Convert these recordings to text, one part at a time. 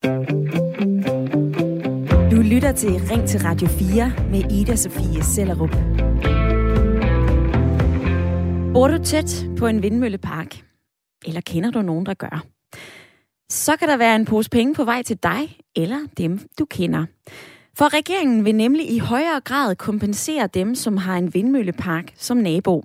Du lytter til Ring til Radio 4 med Ida Sofie Sellerup. Bor du tæt på en vindmøllepark? Eller kender du nogen, der gør? Så kan der være en pose penge på vej til dig eller dem, du kender. For regeringen vil nemlig i højere grad kompensere dem, som har en vindmøllepark som nabo.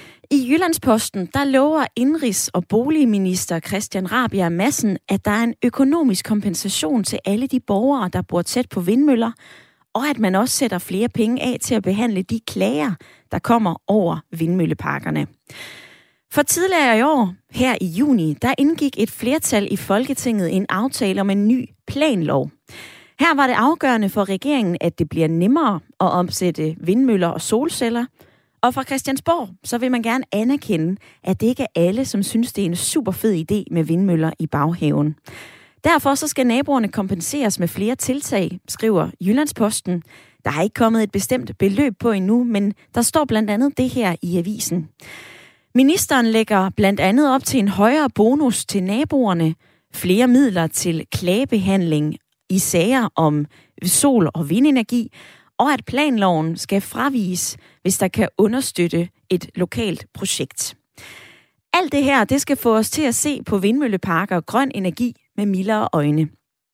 I Jyllandsposten, der lover indenrigs- og boligminister Christian Rabjerg Madsen, at der er en økonomisk kompensation til alle de borgere, der bor tæt på vindmøller, og at man også sætter flere penge af til at behandle de klager, der kommer over vindmølleparkerne. For tidligere i år, her i juni, der indgik et flertal i Folketinget en aftale om en ny planlov. Her var det afgørende for regeringen, at det bliver nemmere at omsætte vindmøller og solceller. Og fra Christiansborg, så vil man gerne anerkende, at det ikke er alle, som synes, det er en super fed idé med vindmøller i baghaven. Derfor så skal naboerne kompenseres med flere tiltag, skriver Jyllandsposten. Der er ikke kommet et bestemt beløb på endnu, men der står blandt andet det her i avisen. Ministeren lægger blandt andet op til en højere bonus til naboerne, flere midler til klagebehandling i sager om sol- og vindenergi, og at planloven skal fraviges, hvis der kan understøtte et lokalt projekt. Alt det her, det skal få os til at se på vindmølleparker og grøn energi med mildere øjne.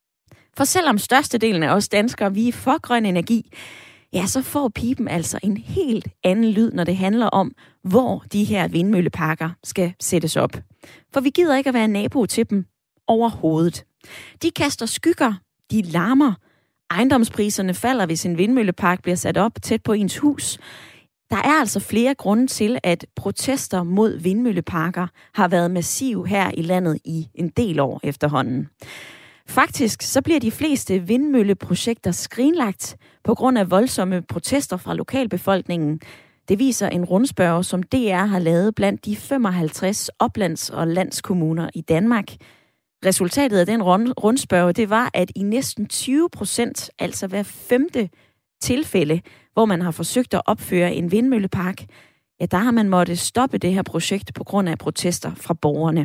For selvom størstedelen af os danskere, vi er for grøn energi, ja, så får pipen altså en helt anden lyd, når det handler om, hvor de her vindmølleparker skal sættes op. For vi gider ikke at være nabo til dem overhovedet. De kaster skygger, de larmer. Ejendomspriserne falder, hvis en vindmøllepark bliver sat op tæt på ens hus. Der er altså flere grunde til, at protester mod vindmølleparker har været massive her i landet i en del år efterhånden. Faktisk så bliver de fleste vindmølleprojekter skrinlagt på grund af voldsomme protester fra lokalbefolkningen. Det viser en rundspørge, som DR har lavet blandt de 55 oplands- og landskommuner i Danmark. Resultatet af den rundspørge, det var, at i næsten 20%, altså hver 5. tilfælde, hvor man har forsøgt at opføre en vindmøllepark, ja, der har man måttet stoppe det her projekt på grund af protester fra borgerne.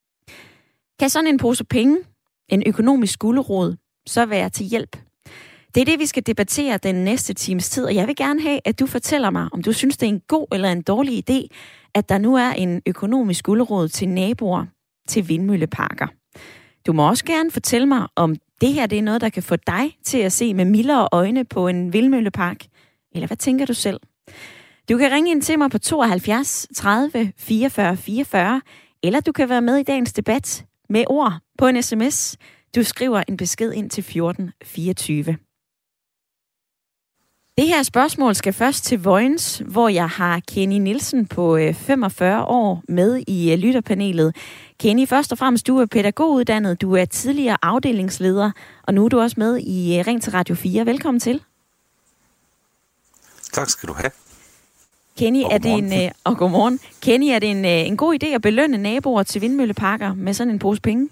Kan sådan en pose penge, en økonomisk gulerod, så være til hjælp? Det er det, vi skal debattere den næste times tid, og jeg vil gerne have, at du fortæller mig, om du synes, det er en god eller en dårlig idé, at der nu er en økonomisk gulerod til naboer til vindmølleparker. Du må også gerne fortælle mig, om det her det er noget, der kan få dig til at se med mildere øjne på en vindmøllepark. Eller hvad tænker du selv? Du kan ringe ind til mig på 72 30 44 44, eller du kan være med i dagens debat med ord på en sms. Du skriver en besked ind til 1424. Det her spørgsmål skal først til Vojens, hvor jeg har Kenny Nielsen på 45 år med i lytterpanelet. Kenny, først og fremmest, du er pædagoguddannet, du er tidligere afdelingsleder, og nu er du også med i Ring til Radio 4. Velkommen til. Tak skal du have. Kenny, godmorgen. Kenny, er det en god idé at belønne naboer til vindmølleparker med sådan en pose penge?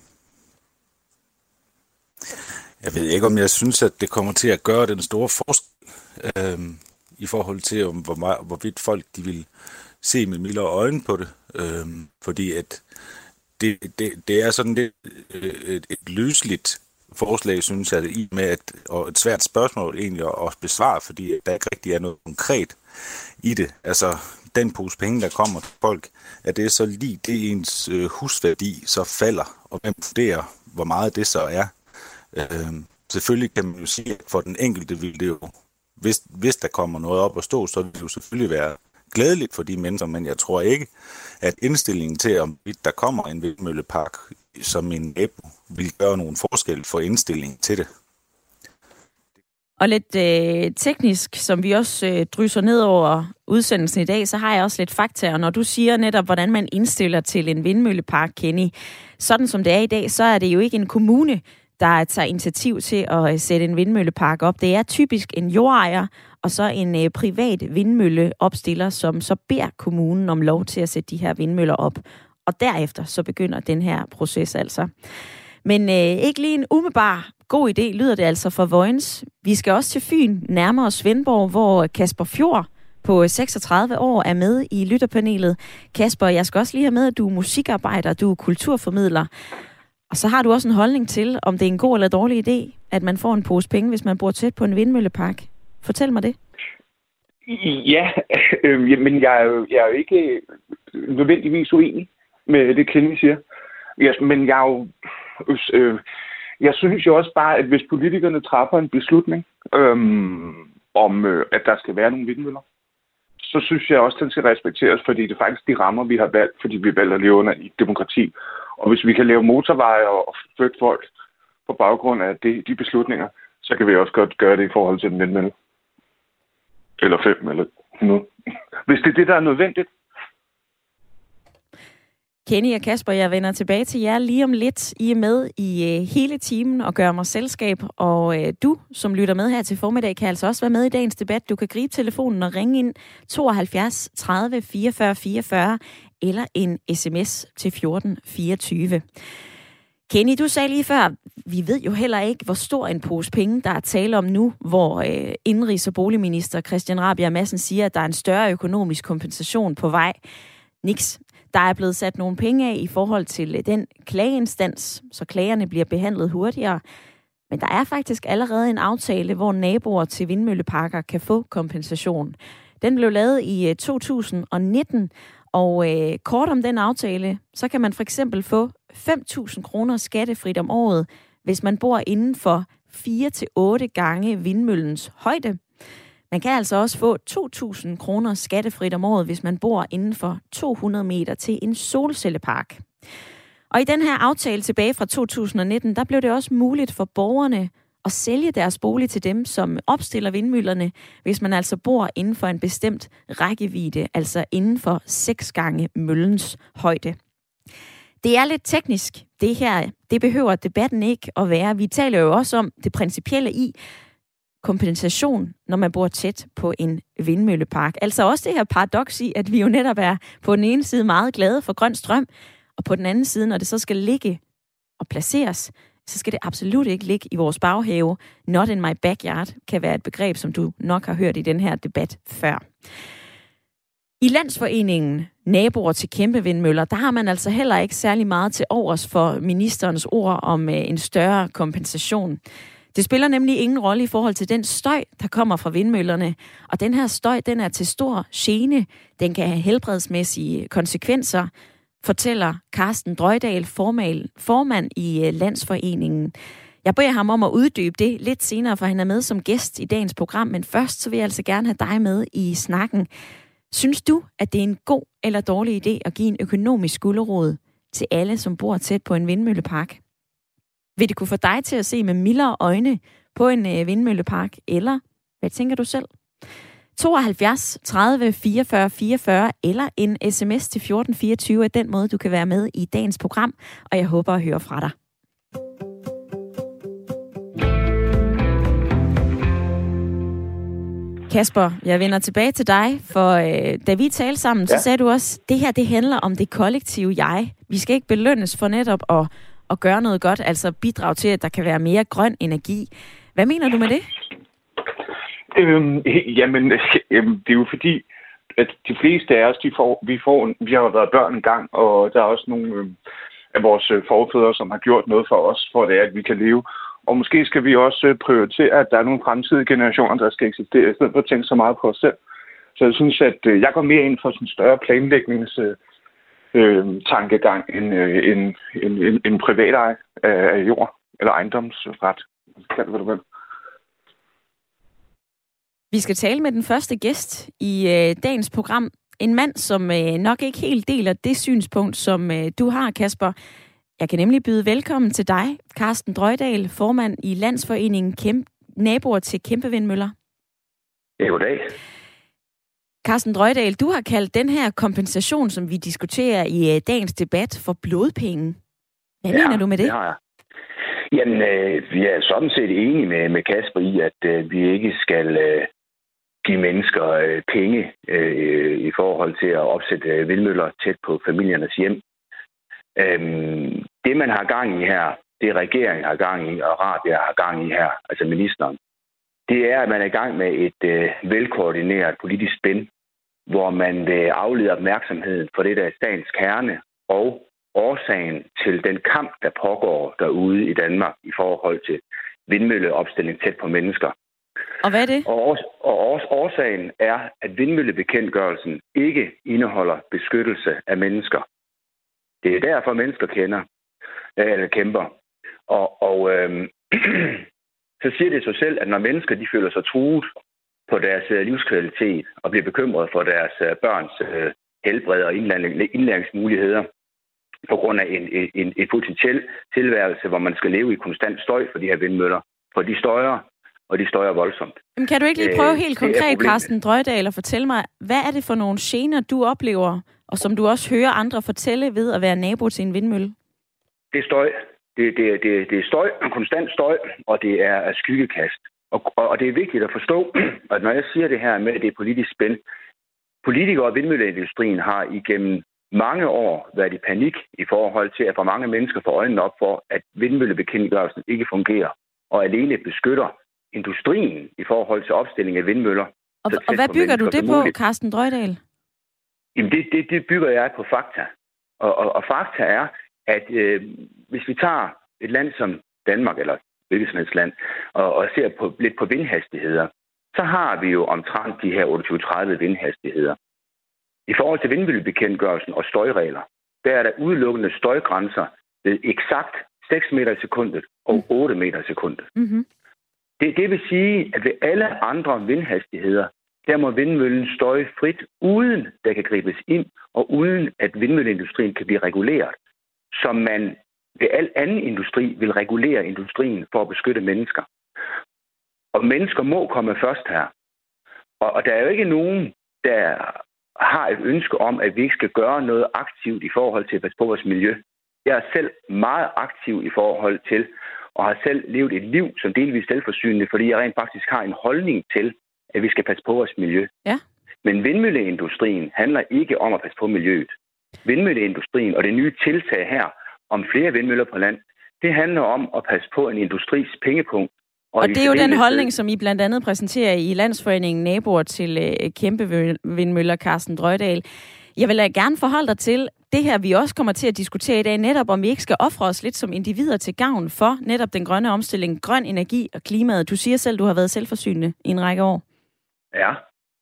Jeg ved ikke, om jeg synes, at det kommer til at gøre den store forskel i forhold til, hvorvidt folk de vil se med mildere øjne på det. Fordi at det er sådan lidt et løsligt forslag, synes jeg, i med og et svært spørgsmål egentlig at besvare, fordi der ikke rigtig er noget konkret i det. Altså, den pose penge, der kommer til folk, er det så lige det ens husværdi så falder, og hvem vurderer, hvor meget det så er. Selvfølgelig kan man jo sige, at for den enkelte vil det jo, hvis der kommer noget op at stå, så vil det jo selvfølgelig være glædeligt for de mennesker, men jeg tror ikke, at indstillingen til, om der kommer en vindmøllepark som en nabo, vil gøre nogen forskel for indstillingen til det. Og lidt teknisk, som vi også drysser ned over udsendelsen i dag, så har jeg også lidt fakta, og når du siger netop, hvordan man indstiller til en vindmøllepark, Kenny, sådan som det er i dag, så er det jo ikke en kommune, der tager initiativ til at sætte en vindmøllepark op. Det er typisk en jordejer og så en privat vindmølleopstiller, som så beder kommunen om lov til at sætte de her vindmøller op. Og derefter så begynder den her proces altså. Men ikke lige en umiddelbar god idé lyder det altså for Vojens. Vi skal også til Fyn, nærmere Svendborg, hvor Kasper Fjord på 36 år er med i lytterpanelet. Kasper, jeg skal også lige have med, at du er musikarbejder, du er kulturformidler. Og så har du også en holdning til, om det er en god eller dårlig idé, at man får en pose penge, hvis man bor tæt på en vindmøllepark. Fortæl mig det. Ja, men jeg er jo ikke nødvendigvis uenig med det, Kenny siger. Men jeg synes jo også bare, at hvis politikerne træffer en beslutning om, at der skal være nogle vindmøller, så synes jeg også, at den skal respekteres, fordi det er faktisk de rammer, vi har valgt, fordi vi valgt at leve under i demokrati. Og hvis vi kan lave motorveje og flytte folk på baggrund af de beslutninger, så kan vi også godt gøre det i forhold til en vindmølle. Eller 5 eller 100. Hvis det er det, der er nødvendigt. Kenny og Kasper, jeg vender tilbage til jer lige om lidt. I er med i hele timen og gør mig selskab. Og du, som lytter med her til formiddag, kan altså også være med i dagens debat. Du kan gribe telefonen og ringe ind 72 30 44 44 eller en sms til 1424. Kenny, du sagde lige før, vi ved jo heller ikke, hvor stor en pose penge, der er tale om nu, hvor indenrigs- og boligminister Christian Rabjerg Madsen siger, at der er en større økonomisk kompensation på vej. Niks. Der er blevet sat nogle penge af i forhold til den klageinstans, så klagerne bliver behandlet hurtigere. Men der er faktisk allerede en aftale, hvor naboer til vindmølleparker kan få kompensation. Den blev lavet i 2019, og kort om den aftale, så kan man for eksempel få 5.000 kroner skattefrit om året, hvis man bor inden for 4-8 gange vindmøllens højde. Man kan altså også få 2.000 kroner skattefrit om året, hvis man bor inden for 200 meter til en solcellepark. Og i den her aftale tilbage fra 2019, der blev det også muligt for borgerne at sælge deres bolig til dem, som opstiller vindmøllerne, hvis man altså bor inden for en bestemt rækkevidde, altså inden for 6 gange møllens højde. Det er lidt teknisk, det her. Det behøver debatten ikke at være. Vi taler jo også om det principielle i kompensation, når man bor tæt på en vindmøllepark. Altså også det her paradoks i, at vi jo netop er på den ene side meget glade for grøn strøm, og på den anden side, når det så skal ligge og placeres, så skal det absolut ikke ligge i vores baghave. Not in my backyard kan være et begreb, som du nok har hørt i den her debat før. I Landsforeningen Naboer til Kæmpevindmøller, der har man altså heller ikke særlig meget til overs for ministerens ord om en større kompensation. Det spiller nemlig ingen rolle i forhold til den støj, der kommer fra vindmøllerne. Og den her støj, den er til stor gene. Den kan have helbredsmæssige konsekvenser, fortæller Carsten Drøjdal, formand i Landsforeningen. Jeg beder ham om at uddybe det lidt senere, for han er med som gæst i dagens program. Men først så vil jeg altså gerne have dig med i snakken. Synes du, at det er en god eller dårlig idé at give en økonomisk gulerod til alle, som bor tæt på en vindmøllepark? Vil det kunne få dig til at se med mildere øjne på en vindmøllepark, eller hvad tænker du selv? 72 30 44 44 eller en sms til 1424 er den måde, du kan være med i dagens program, og jeg håber at høre fra dig. Kasper, jeg vender tilbage til dig, for da vi talte sammen, så sagde du også, det her det handler om det kollektive jeg. Vi skal ikke belønnes for netop at gøre noget godt, altså bidrage til, at der kan være mere grøn energi. Hvad mener du med det? Det er jo fordi, at de fleste af os, vi har jo været børn engang, og der er også nogle af vores forfædre, som har gjort noget for os, for det er, at vi kan leve. Og måske skal vi også prioritere, at der er nogle fremtidige generationer, der skal eksistere, i stedet for at tænke så meget på os selv. Så jeg synes, at jeg går mere ind for sådan en større planlægningstankegang end en privat ej af jord eller ejendomsret. Kald det, hvad du vil. Vi skal tale med den første gæst i dagens program. En mand, som nok ikke helt deler det synspunkt, som du har, Kasper. Jeg kan nemlig byde velkommen til dig, Carsten Drøjdal, formand i Landsforeningen Naboer til Kæmpevindmøller. Ja, goddag. Carsten Drøjdal, du har kaldt den her kompensation, som vi diskuterer i dagens debat, for blodpenge. Hvad mener du med det? Det har jeg. Jamen, vi er sådan set enige med Kasper i, at vi ikke skal give mennesker penge i forhold til at opsætte vindmøller tæt på familiernes hjem. Det, man har gang i her, det regeringen har gang i, og Rabjerg har gang i her, altså ministeren, det er, at man er i gang med et velkoordineret politisk spænd, hvor man vil aflede opmærksomheden for det, der er sagens kerne, og årsagen til den kamp, der pågår derude i Danmark i forhold til vindmølleopstilling tæt på mennesker. Og hvad er det? Og årsagen er, at vindmøllebekendtgørelsen ikke indeholder beskyttelse af mennesker. Det er derfor, mennesker kæmper. Så siger det sig selv, at når mennesker de føler sig truet på deres livskvalitet og bliver bekymret for deres børns helbred og indlæringsmuligheder på grund af en potentiel tilværelse, hvor man skal leve i konstant støj for de her vindmøller, for de støjer, og de støjer voldsomt. Men kan du ikke lige prøve helt konkret, Carsten Drøjdal, at fortælle mig, hvad er det for nogle gener, du oplever, og som du også hører andre fortælle ved at være nabo til en vindmølle? Det er støj. Det er støj, konstant støj, og det er skyggekast. Og det er vigtigt at forstå, at når jeg siger det her med, at det er politisk spil, politikere og vindmølleindustrien har igennem mange år været i panik i forhold til, at for mange mennesker får øjnene op for, at vindmøllebekendtgørelsen ikke fungerer, og alene beskytter industrien i forhold til opstilling af vindmøller. Og hvad bygger du det på, Carsten Drøjdal? Jamen det bygger jeg på fakta. Og fakta er, at hvis vi tager et land som Danmark, eller hvilket som helst land, og ser lidt på vindhastigheder, så har vi jo omtrent de her 28-30 vindhastigheder. I forhold til vindmøllebekendtgørelsen og støjregler, der er der udelukkende støjgrænser ved eksakt 6 meter i sekundet og 8 meter i sekundet. Mm-hmm. Det vil sige, at ved alle andre vindhastigheder, der må vindmøllen støje frit, uden der kan gribes ind, og uden at vindmølleindustrien kan blive reguleret, som man ved al anden industri vil regulere industrien for at beskytte mennesker. Og mennesker må komme først her. Og der er jo ikke nogen, der har et ønske om, at vi ikke skal gøre noget aktivt i forhold til at passe på vores miljø. Jeg er selv meget aktiv i forhold til, og har selv levet et liv som delvis selvforsynende, fordi jeg rent faktisk har en holdning til, at vi skal passe på vores miljø. Ja. Men vindmølleindustrien handler ikke om at passe på miljøet. Vindmølleindustrien og det nye tiltag her om flere vindmøller på land, det handler om at passe på en industris pengepunkt. Og det er jo den holdning, som I blandt andet præsenterer i Landsforeningen Naboer til kæmpe vindmøller, Carsten Drøjdal. Jeg vil gerne forholde dig til det her, vi også kommer til at diskutere i dag, netop om vi ikke skal ofre os lidt som individer til gavn for netop den grønne omstilling, grøn energi og klimaet. Du siger selv, du har været selvforsynende i en række år. Ja.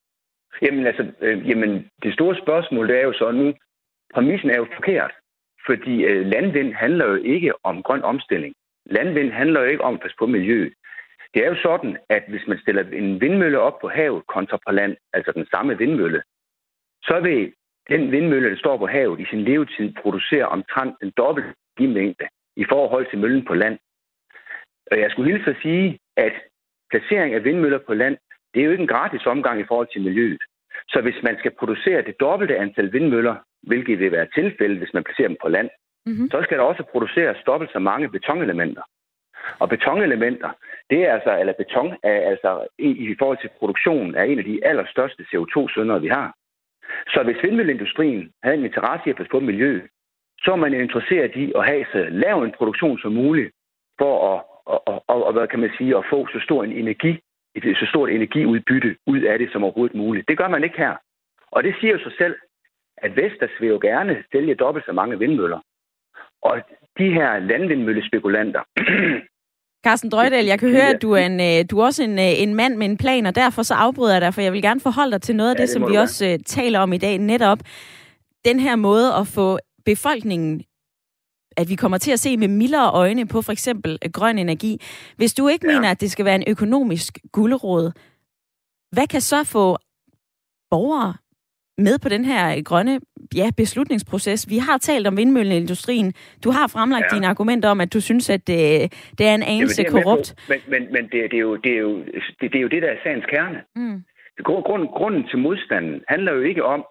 Jamen, det store spørgsmål, det er jo så nu, præmissen er jo forkert, fordi landvind handler jo ikke om grøn omstilling. Landvind handler jo ikke om at passe på miljøet. Det er jo sådan, at hvis man stiller en vindmølle op på havet kontra på land, altså den samme vindmølle, så vil den vindmølle, der står på havet, i sin levetid producere omtrent en dobbelt energimængde i forhold til møllen på land. Og jeg skulle hilse at sige, at placering af vindmøller på land, det er jo ikke en gratis omgang i forhold til miljøet. Så hvis man skal producere det dobbelte antal vindmøller, hvilket vil være tilfældet, hvis man placerer dem på land, så skal der også produceres dobbelt så mange betonelementer. Og betonelementer, det er altså, eller beton er altså i forhold til produktionen, er en af de allerstørste CO2-syndere, vi har. Så hvis vindmølleindustrien havde en interesse i at passe på miljøet, så er man interesseret i at have så lav en produktion som muligt, for at hvad kan man sige, at få så stort energiudbytte ud af det som overhovedet muligt. Det gør man ikke her. Og det siger jo sig selv, at Vestas vil jo gerne sælge dobbelt så mange vindmøller. Og de her landvindmøllespekulanter... Carsten Drøjdal, jeg kan høre, at du er også en mand med en plan, og derfor så afbryder jeg dig, for jeg vil gerne forholde dig til noget af det som vi også taler om i dag, netop den her måde at få befolkningen, at vi kommer til at se med mildere øjne på for eksempel grøn energi. Hvis du ikke mener, at det skal være en økonomisk gulerod, hvad kan så få borgere med på den her grønne beslutningsproces? Vi har talt om vindmølleindustrien. Du har fremlagt dine argumenter om, at du synes, at det er en anelse korrupt. Men det er jo det, der er sagens kerne. Mm. Grunden til modstanden handler jo ikke om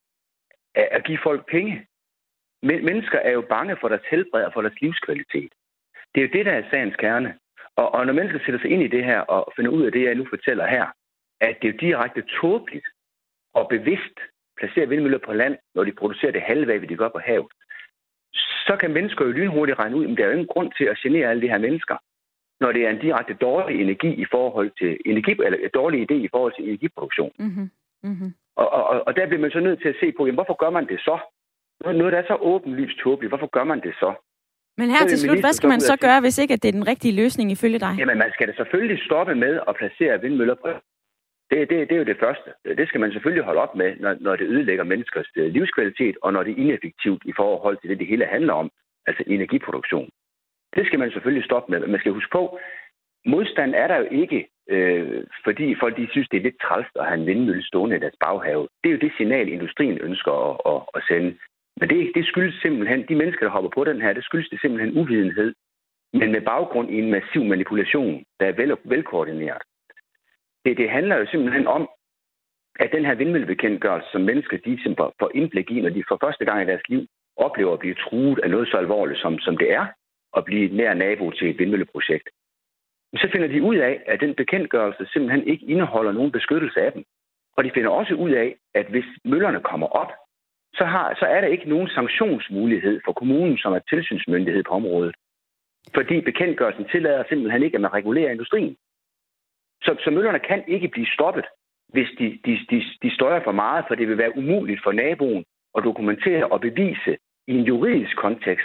at give folk penge. Mennesker er jo bange for deres helbred og for deres livskvalitet. Det er jo det, der er sagens kerne. Og når mennesker sætter sig ind i det her og finder ud af det, jeg nu fortæller her, at det er jo direkte tåbeligt og bevidst placere vindmøller på land, når de producerer det halve af, hvad de gør på havet, så kan mennesker jo lynhurtigt regne ud, men der er jo ingen grund til at genere alle de her mennesker, når det er en direkte dårlig energi i forhold til eller en dårlig idé i forhold til energiproduktion. Mm-hmm. Mm-hmm. Og der bliver man så nødt til at se på, jamen, hvorfor gør man det så, Noget, der er så åbenlyst tåbeligt. Hvorfor gør man det så? Men her til slut, hvad skal man så gøre, hvis ikke at det er den rigtige løsning ifølge dig? Jamen, man skal da selvfølgelig stoppe med at placere vindmøller på. Det er jo det første. Det skal man selvfølgelig holde op med, når det ødelægger menneskers livskvalitet, og når det er ineffektivt i forhold til det hele handler om, altså energiproduktion. Det skal man selvfølgelig stoppe med. Man skal huske på, modstand er der jo ikke, fordi folk de synes, det er lidt træls at have en vindmølle stående i deres baghave. Det er jo det signal, industrien ønsker at sende. Men det skyldes simpelthen, de mennesker, der hopper på den her, det skyldes det simpelthen uvidenhed, men med baggrund i en massiv manipulation, der er velkoordineret. Det handler jo simpelthen om, at den her vindmøllebekendtgørelse, som mennesker de får indblik i, når de for første gang i deres liv oplever at blive truet af noget så alvorligt, som det er, at blive nær nabo til et vindmølleprojekt, så finder de ud af, at den bekendtgørelse simpelthen ikke indeholder nogen beskyttelse af dem. Og de finder også ud af, at hvis møllerne kommer op, så er der ikke nogen sanktionsmulighed for kommunen, som er tilsynsmyndighed på området. Fordi bekendtgørelsen tillader simpelthen ikke, at man regulerer industrien. Så møllerne kan ikke blive stoppet, hvis de støjer for meget, for det vil være umuligt for naboen at dokumentere og bevise i en juridisk kontekst,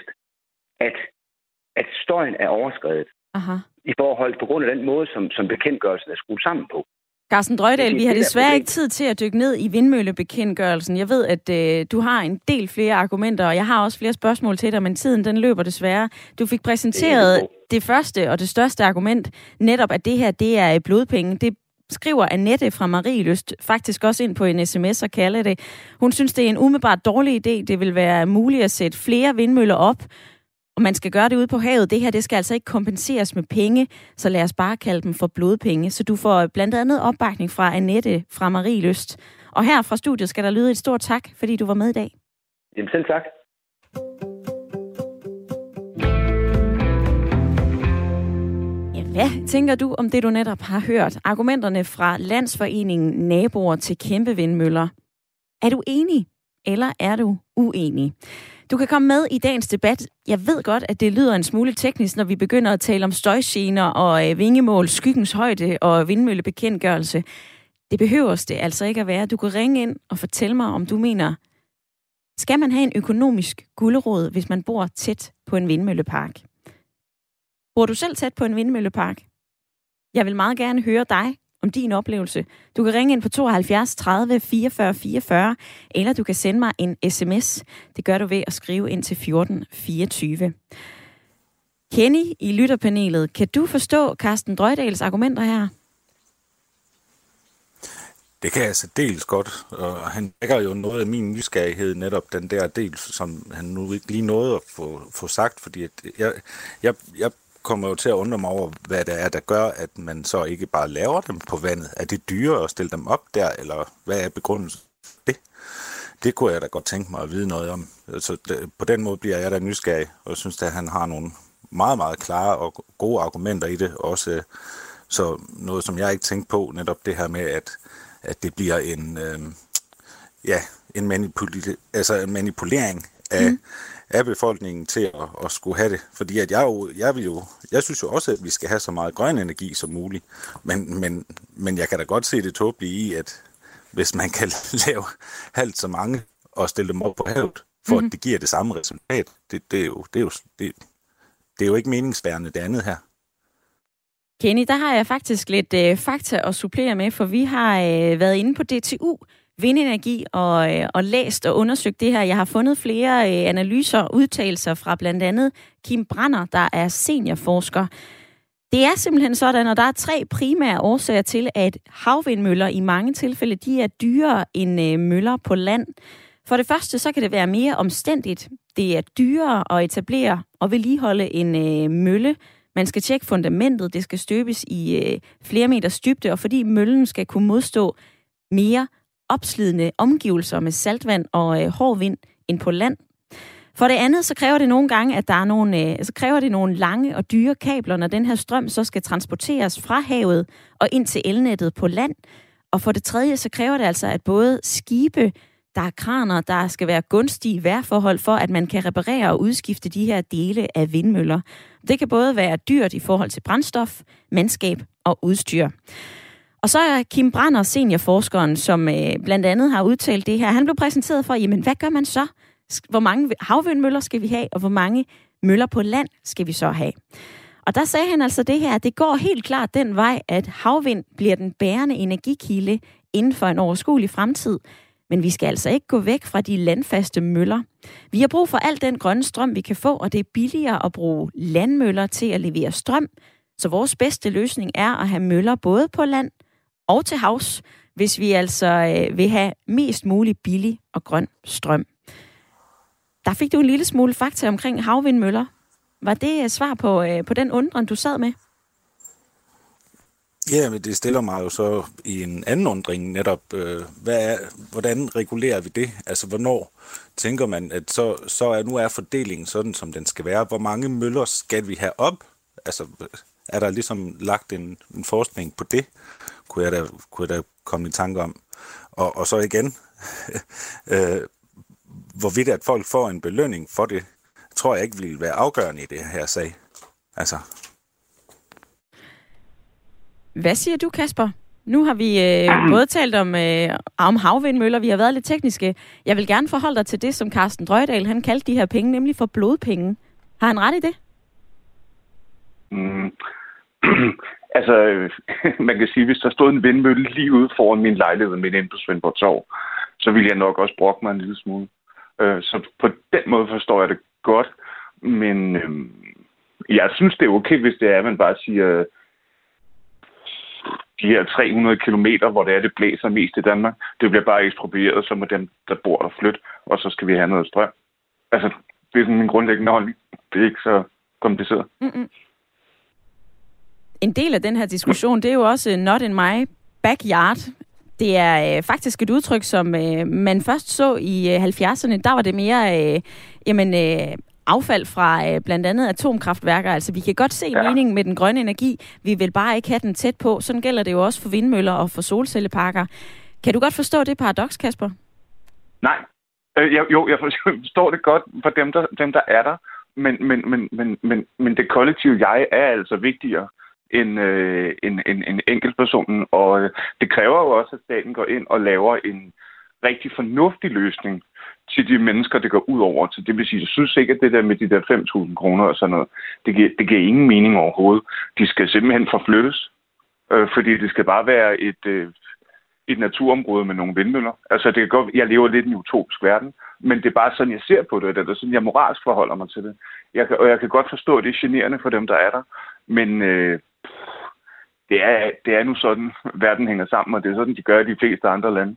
at støjen er overskredet. Aha. I forhold på grund af den måde, som bekendtgørelsen er skruet sammen på. Carsten Drøjdal, vi har desværre ikke tid til at dykke ned i vindmøllebekendtgørelsen. Jeg ved, at du har en del flere argumenter, og jeg har også flere spørgsmål til dig, men tiden den løber desværre. Du fik præsenteret det første og det største argument, netop at det her, det er blodpenge. Det skriver Annette fra Marielyst faktisk også ind på en sms og kalder det. Hun synes, det er en umiddelbart dårlig idé. Det vil være muligt at sætte flere vindmøller op, og man skal gøre det ude på havet. Det her, det skal altså ikke kompenseres med penge, så lad os bare kalde dem for blodpenge. Så du får blandt andet opbakning fra Annette fra Marielyst. Og her fra studiet skal der lyde et stort tak, fordi du var med i dag. Jamen selv tak. Ja, hvad tænker du om det, du netop har hørt? Argumenterne fra Landsforeningen Naboer til Kæmpevindmøller. Er du enig, eller er du uenig? Du kan komme med i dagens debat. Jeg ved godt, at det lyder en smule teknisk, når vi begynder at tale om støjgener og vingemål, skyggens højde og vindmøllebekendtgørelse. Det behøver det altså ikke at være. Du kan ringe ind og fortælle mig, om du mener, skal man have en økonomisk gulerod, hvis man bor tæt på en vindmøllepark? Bor du selv tæt på en vindmøllepark? Jeg vil meget gerne høre dig om din oplevelse. Du kan ringe ind på 72 30 44 44, eller du kan sende mig en sms. Det gør du ved at skrive ind til 14 24. Kenny i lytterpanelet, kan du forstå Carsten Drøjdals argumenter her? Det kan jeg dels godt, og han dækker jo noget af min nysgerrighed, netop den der del, som han nu ikke lige nåede at få sagt, fordi at jeg kommer jo til at undre mig over, hvad det er, der gør, at man så ikke bare laver dem på vandet. Er det dyrere at stille dem op der, eller hvad er begrundelsen for det? Det kunne jeg da godt tænke mig at vide noget om. Så på den måde bliver jeg da nysgerrig, og jeg synes, at han har nogle meget, meget klare og gode argumenter i det. Også så noget, som jeg ikke tænkte på, netop det her med, at det bliver en manipulering af befolkningen til at skulle have det. Fordi at jeg synes jo også, at vi skal have så meget grøn energi som muligt. Men jeg kan da godt se det tåbelige i, at hvis man kan lave halvt så mange og stille dem op på havet, for at det giver det samme resultat, det er jo ikke meningsbærende det andet her. Kenny, der har jeg faktisk lidt fakta at supplere med, for vi har været inde på DTU Vindenergi og læst og undersøgt det her. Jeg har fundet flere analyser og udtalelser fra blandt andet Kim Branner, der er seniorforsker. Det er simpelthen sådan, og der er 3 primære årsager til, at havvindmøller i mange tilfælde, de er dyrere end møller på land. For det første, så kan det være mere omstændigt. Det er dyrere at etablere og vedligeholde en mølle. Man skal tjekke fundamentet, det skal støbes i flere meters dybde, og fordi møllen skal kunne modstå mere opslidende omgivelser med saltvand og hård vind end på land. For det andet, så kræver det nogle gange, at der er nogle lange og dyre kabler, når den her strøm så skal transporteres fra havet og ind til elnettet på land. Og for det tredje, så kræver det altså, at både skibe, der er kraner, der skal være gunstige vejrforhold for, at man kan reparere og udskifte de her dele af vindmøller. Det kan både være dyrt i forhold til brændstof, mandskab og udstyr. Og så er Kim Branner, seniorforskeren, som blandt andet har udtalt det her. Han blev præsenteret for, jamen hvad gør man så, Hvor mange havvindmøller skal vi have, og hvor mange møller på land skal vi så have? Og der sagde han altså det her, at det går helt klart den vej, at havvind bliver den bærende energikilde inden for en overskuelig fremtid. Men vi skal altså ikke gå væk fra de landfaste møller. Vi har brug for al den grønne strøm, vi kan få, og det er billigere at bruge landmøller til at levere strøm. Så vores bedste løsning er at have møller både på land og til havs, hvis vi altså vil have mest muligt billig og grøn strøm. Der fik du en lille smule fakta omkring havvindmøller. Var det svar på den undren, du sad med? Ja, men det stiller mig jo så i en anden undring netop, hvordan regulerer vi det? Altså, hvornår tænker man, at nu er fordelingen sådan, som den skal være? Hvor mange møller skal vi have op? Altså, er der ligesom lagt en forskning på det? Kunne jeg da komme i tanke om. Og så igen, hvorvidt at folk får en belønning for det, tror jeg ikke vil være afgørende i det her sag. Altså. Hvad siger du, Kasper? Nu har vi både talt om havvindmøller, vi har været lidt tekniske. Jeg vil gerne forholde dig til det, som Carsten Drøjdal, han kaldte de her penge, nemlig for blodpenge. Har han ret i det? Altså, man kan sige, hvis der stod en vindmølle lige ude foran min lejlighed midt inde på Svendborg Torv, så ville jeg nok også brokke mig en lille smule. Så på den måde forstår jeg det godt, men jeg synes, det er okay, hvis det er, at man bare siger, de her 300 kilometer, hvor det blæser mest i Danmark, det bliver bare eksproprieret, så må dem, der bor der, flytte, og så skal vi have noget strøm. Altså, det er sådan min grundlæggende holdning. Det er ikke så kompliceret. Mm-mm. En del af den her diskussion, det er jo også not in my backyard. Det er faktisk et udtryk, som man først så i 70'erne. Der var det mere affald fra blandt andet atomkraftværker. Altså, vi kan godt se meningen med den grønne energi. Vi vil bare ikke have den tæt på. Sådan gælder det jo også for vindmøller og for solcelleparker. Kan du godt forstå det paradoks, Kasper? Nej. Jeg forstår det godt for dem, der er der. Men det kollektive jeg er altså vigtigere en enkeltperson, og det kræver jo også, at staten går ind og laver en rigtig fornuftig løsning til de mennesker, det går ud over. Så det vil sige, jeg synes ikke, at det der med de der 5.000 kroner og sådan noget, det giver ingen mening overhovedet. De skal simpelthen forflyttes, fordi det skal bare være et naturområde med nogle vindmøller. Altså, det kan godt, jeg lever lidt i en utopisk verden, men det er bare sådan, jeg ser på det, det er sådan, jeg moralsk forholder mig til det. Jeg kan godt forstå, at det er generende for dem, der er der, men det er nu sådan, verden hænger sammen, og det er sådan, de gør i de fleste andre lande.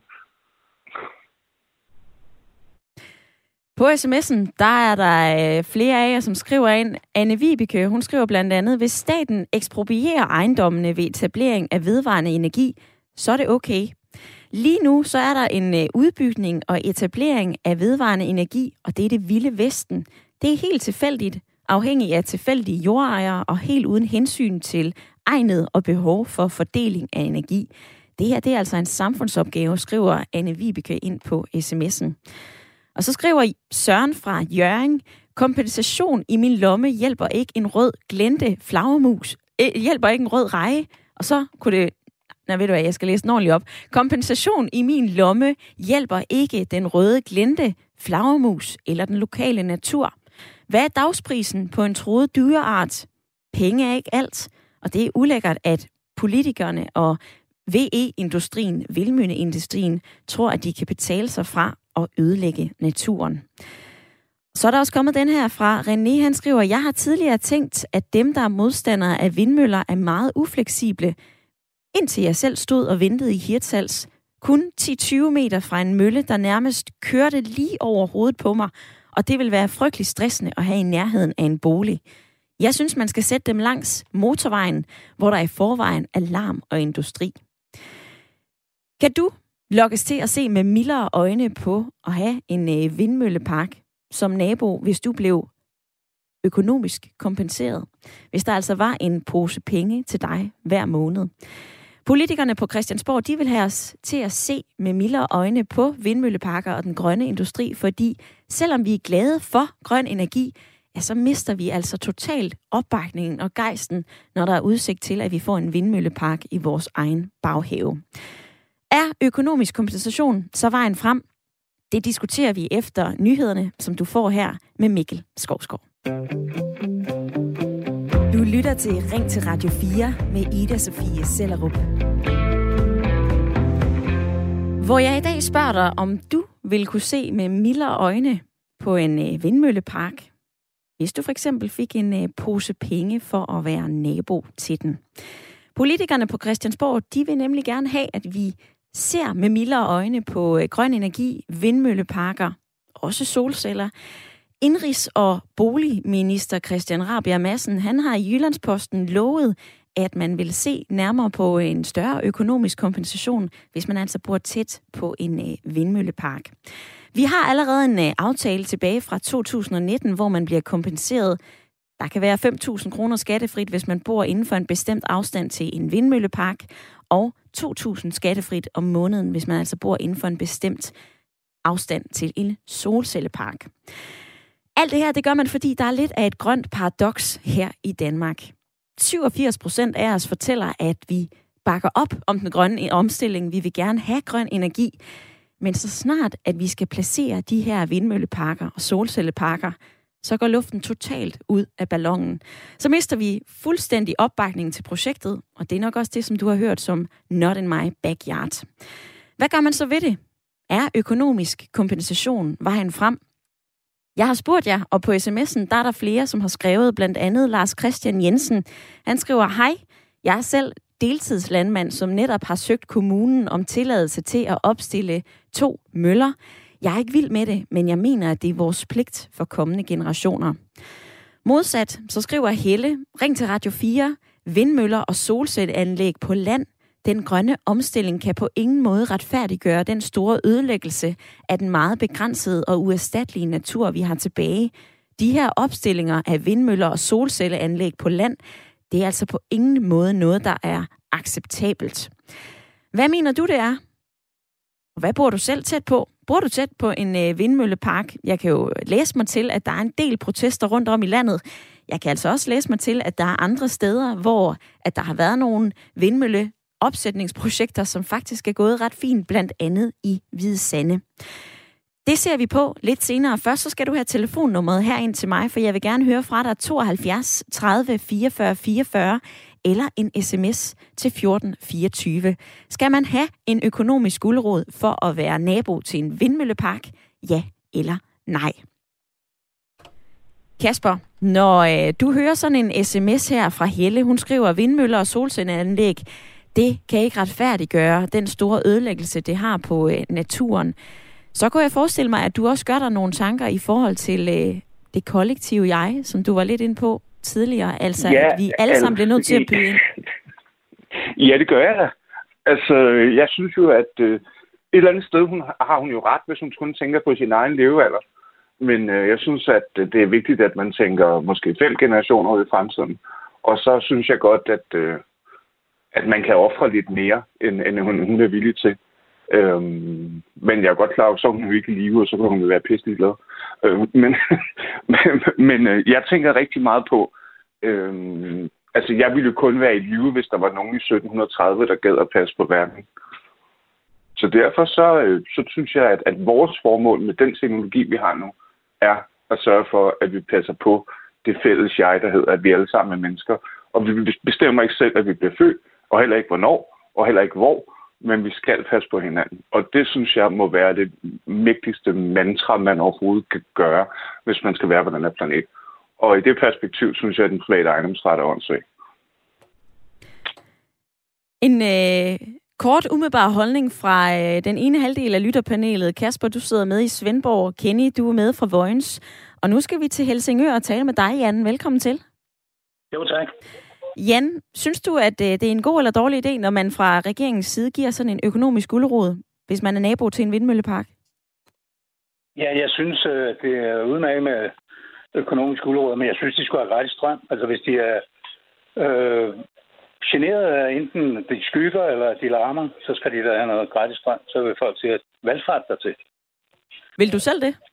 På sms'en, der er der flere af jer, som skriver ind. Anne Vibeke, hun skriver blandt andet, hvis staten eksproprierer ejendommene ved etablering af vedvarende energi, så er det okay. Lige nu så er der en udbygning og etablering af vedvarende energi, og det er det vilde vesten. Det er helt tilfældigt, afhængig af tilfældige jordejere og helt uden hensyn til egnet og behov for fordeling af energi. Det her, det er altså en samfundsopgave, skriver Anne Vibeke ind på sms'en. Og så skriver Søren fra Hjørring, kompensation i min lomme hjælper ikke en rød glente flagermus, hjælper ikke en rød reje. Og så kunne det, ved du hvad, jeg skal læse den ordentligt op. Kompensation i min lomme hjælper ikke den røde glente flagermus eller den lokale natur. Hvad er dagsprisen på en truet dyreart? Penge er ikke alt, og det er ulækkert, at politikerne og VE-industrien, vindmølleindustrien, tror, at de kan betale sig fra at ødelægge naturen. Så er der også kommet den her fra René, han skriver, jeg har tidligere tænkt, at dem, der er modstandere af vindmøller, er meget ufleksible, indtil jeg selv stod og ventede i Hirtshals. Kun 10-20 meter fra en mølle, der nærmest kørte lige over hovedet på mig, og det vil være frygtelig stressende at have i nærheden af en bolig. Jeg synes, man skal sætte dem langs motorvejen, hvor der i forvejen er larm og industri. Kan du lokkes til at se med mildere øjne på at have en vindmøllepark som nabo, hvis du blev økonomisk kompenseret? Hvis der altså var en pose penge til dig hver måned. Politikerne på Christiansborg, de vil have os til at se med mildere øjne på vindmølleparker og den grønne industri, fordi selvom vi er glade for grøn energi, ja, så mister vi altså totalt opbakningen og gejsten, når der er udsigt til, at vi får en vindmøllepark i vores egen baghave. Er økonomisk kompensation så vejen frem? Det diskuterer vi efter nyhederne, som du får her med Mikkel Skovsgaard. Du lytter til Ring til Radio 4 med Ida Sofie Sellerup. Hvor jeg i dag spørger dig, om du vil kunne se med mildere øjne på en vindmøllepark, hvis du for eksempel fik en pose penge for at være nabo til den. Politikerne på Christiansborg, de vil nemlig gerne have, at vi ser med mildere øjne på grøn energi, vindmølleparker, også solceller. Indenrigs- og boligminister Christian Rabjerg Madsen, han har i Jyllandsposten lovet, at man vil se nærmere på en større økonomisk kompensation, hvis man altså bor tæt på en vindmøllepark. Vi har allerede en aftale tilbage fra 2019, hvor man bliver kompenseret. Der kan være 5.000 kroner skattefrit, hvis man bor inden for en bestemt afstand til en vindmøllepark, og 2.000 skattefrit om måneden, hvis man altså bor inden for en bestemt afstand til en solcellepark. Alt det her, det gør man, fordi der er lidt af et grønt paradoks her i Danmark. 87% af os fortæller, at vi bakker op om den grønne omstilling. Vi vil gerne have grøn energi. Men så snart, at vi skal placere de her vindmølleparker og solcelleparker, så går luften totalt ud af ballonen. Så mister vi fuldstændig opbakningen til projektet, og det er nok også det, som du har hørt som not in my backyard. Hvad gør man så ved det? Er økonomisk kompensation vejen frem? Jeg har spurgt jer, og på sms'en, der er der flere, som har skrevet, blandt andet Lars Christian Jensen. Han skriver, hej, jeg er selv deltidslandmand, som netop har søgt kommunen om tilladelse til at opstille 2 møller. Jeg er ikke vild med det, men jeg mener, at det er vores pligt for kommende generationer. Modsat, så skriver Helle, ring til Radio 4, vindmøller og solcelleanlæg på land. Den grønne omstilling kan på ingen måde retfærdiggøre den store ødelæggelse af den meget begrænsede og uerstattelige natur, vi har tilbage. De her opstillinger af vindmøller og solcelleanlæg på land, det er altså på ingen måde noget, der er acceptabelt. Hvad mener du, det er? Og hvad bor du selv tæt på? Bor du tæt på en vindmøllepark? Jeg kan jo læse mig til, at der er en del protester rundt om i landet. Jeg kan altså også læse mig til, at der er andre steder, hvor at der har været nogle vindmølleopsætningsprojekter, som faktisk er gået ret fint, blandt andet i Hvide Sande. Det ser vi på lidt senere. Først så skal du have telefonnummeret herind til mig, for jeg vil gerne høre fra dig 72 30 44 44 eller en sms til 1424. Skal man have en økonomisk gulerod for at være nabo til en vindmøllepark? Ja eller nej? Kasper, når du hører sådan en sms her fra Helle, hun skriver, vindmøller og solcelleanlæg, det kan ikke retfærdiggøre den store ødelæggelse, det har på naturen. Så kunne jeg forestille mig, at du også gør dig nogle tanker i forhold til det kollektive jeg, som du var lidt inde på tidligere. Altså, at vi alle sammen bliver nødt til at byde ind. Ja, det gør jeg da. Altså, jeg synes jo, at et eller andet sted har hun jo ret, hvis hun kun tænker på sin egen levealder. Men jeg synes, at det er vigtigt, at man tænker måske 5 generationer ud i fremtiden. Og så synes jeg godt, at man kan ofre lidt mere, end hun er villig til. Men jeg er godt klar over, så hun jo ikke i live, og så kan hun jo være pisselig glad. Men jeg tænker rigtig meget på, altså jeg ville jo kun være i live, hvis der var nogen i 1730, der gad at passe på verden. Så derfor så synes jeg, at vores formål med den teknologi, vi har nu, er at sørge for, at vi passer på det fælles jeg, der hedder, at vi alle sammen er mennesker. Og vi bestemmer ikke selv, at vi bliver født, og heller ikke hvornår, og heller ikke hvor, men vi skal passe på hinanden. Og det synes jeg må være det mægtigste mantra, man overhovedet kan gøre, hvis man skal være på den her planet. Og i det perspektiv synes jeg, at den private ejendomsret er åndssvag. En kort umiddelbar holdning fra den ene halvdel af lytterpanelet. Kasper, du sidder med i Svendborg. Kenny, du er med fra Vojens. Og nu skal vi til Helsingør og tale med dig, Jan. Velkommen til. Jo, tak. Jan, synes du, at det er en god eller dårlig idé, når man fra regeringens side giver sådan en økonomisk gulerod, hvis man er nabo til en vindmøllepark? Ja, jeg synes, det er udmærket med økonomisk gulerod, men jeg synes, de skulle have gratis strøm. Altså, hvis de er generet af enten de skygger eller de larmer, så skal de da have noget gratis strøm. Så vil folk sige, at valgfart dertil. Vil du selv det?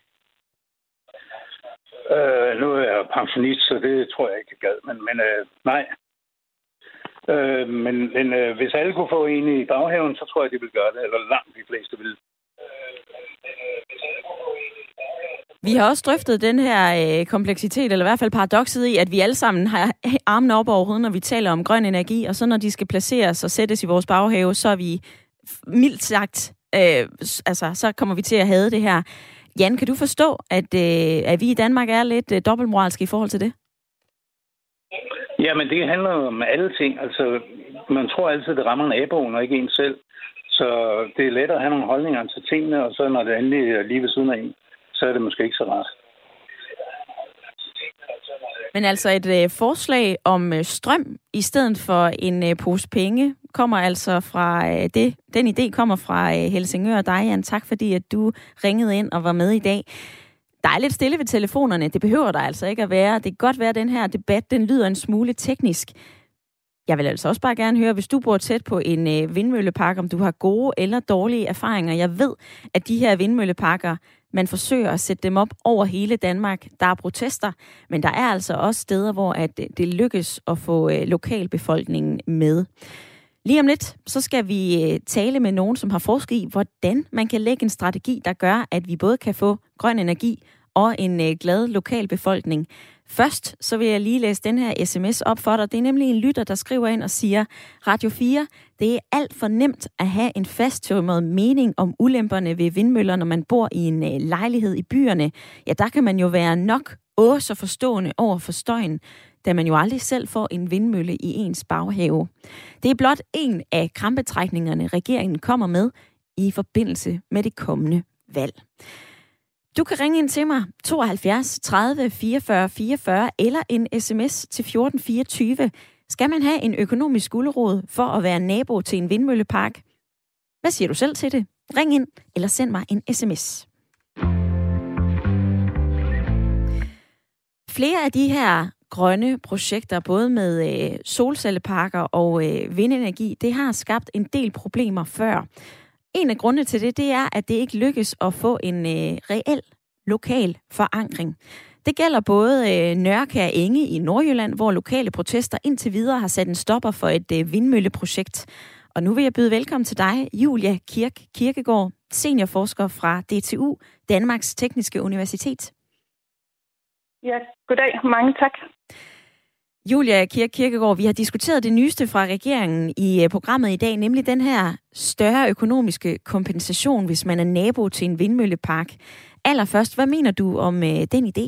Nu er jeg pensionist, så det tror jeg ikke, jeg gad. Men nej. Men hvis alle kunne få en i baghaven, så tror jeg, de vil gøre det. Eller langt de fleste vil. Vi har også drøftet den her kompleksitet, eller i hvert fald paradokset i, at vi alle sammen har armene op over hovedet, når vi taler om grøn energi, og så når de skal placeres og sættes i vores baghave, så er vi mildt sagt, så kommer vi til at hade det her. Jan, kan du forstå, at vi i Danmark er lidt dobbeltmoralske i forhold til det? Ja, men det handler jo om alle ting. Altså, man tror altid, det rammer naboen og ikke en selv. Så det er lettere at have nogle holdninger til tingene, og så når det endelig er lige ved siden af en, så er det måske ikke så rart. Men altså et forslag om strøm i stedet for en pose penge kommer altså fra den idé kommer fra Helsingør og dig, Jan. Tak fordi, at du ringede ind og var med i dag. Der er lidt stille ved telefonerne. Det behøver der altså ikke at være. Det kan godt være, at den her debat, den lyder en smule teknisk. Jeg vil altså også bare gerne høre, hvis du bor tæt på en vindmøllepark, om du har gode eller dårlige erfaringer. Jeg ved, at de her vindmølleparker, man forsøger at sætte dem op over hele Danmark. Der er protester, men der er altså også steder, hvor det lykkes at få lokalbefolkningen med. Lige om lidt, så skal vi tale med nogen, som har forsket i, hvordan man kan lægge en strategi, der gør, at vi både kan få grøn energi og en glad lokalbefolkning. Først så vil jeg lige læse den her sms op for dig. Det er nemlig en lytter, der skriver ind og siger, Radio 4, det er alt for nemt at have en fasttømret mening om ulemperne ved vindmøller, når man bor i en lejlighed i byerne. Ja, der kan man jo være nok så forstående over for støjen, da man jo aldrig selv får en vindmølle i ens baghave. Det er blot en af krampetrækningerne, regeringen kommer med i forbindelse med det kommende valg. Du kan ringe ind til mig 72 30 44 44 eller en sms til 1424. Skal man have en økonomisk gulerod for at være nabo til en vindmøllepark? Hvad siger du selv til det? Ring ind eller send mig en sms. Flere af de her grønne projekter, både med solcelleparker og vindenergi, det har skabt en del problemer før. En af grundene til det er, at det ikke lykkes at få en reel lokal forankring. Det gælder både Nørrekær Enge i Nordjylland, hvor lokale protester indtil videre har sat en stopper for et vindmølleprojekt. Og nu vil jeg byde velkommen til dig, Julia Kirkegaard, seniorforsker fra DTU, Danmarks Tekniske Universitet. Ja, goddag. Mange tak. Julia Kirkegaard, vi har diskuteret det nyeste fra regeringen i programmet i dag, nemlig den her større økonomiske kompensation, hvis man er nabo til en vindmøllepark. Allerførst, hvad mener du om den idé?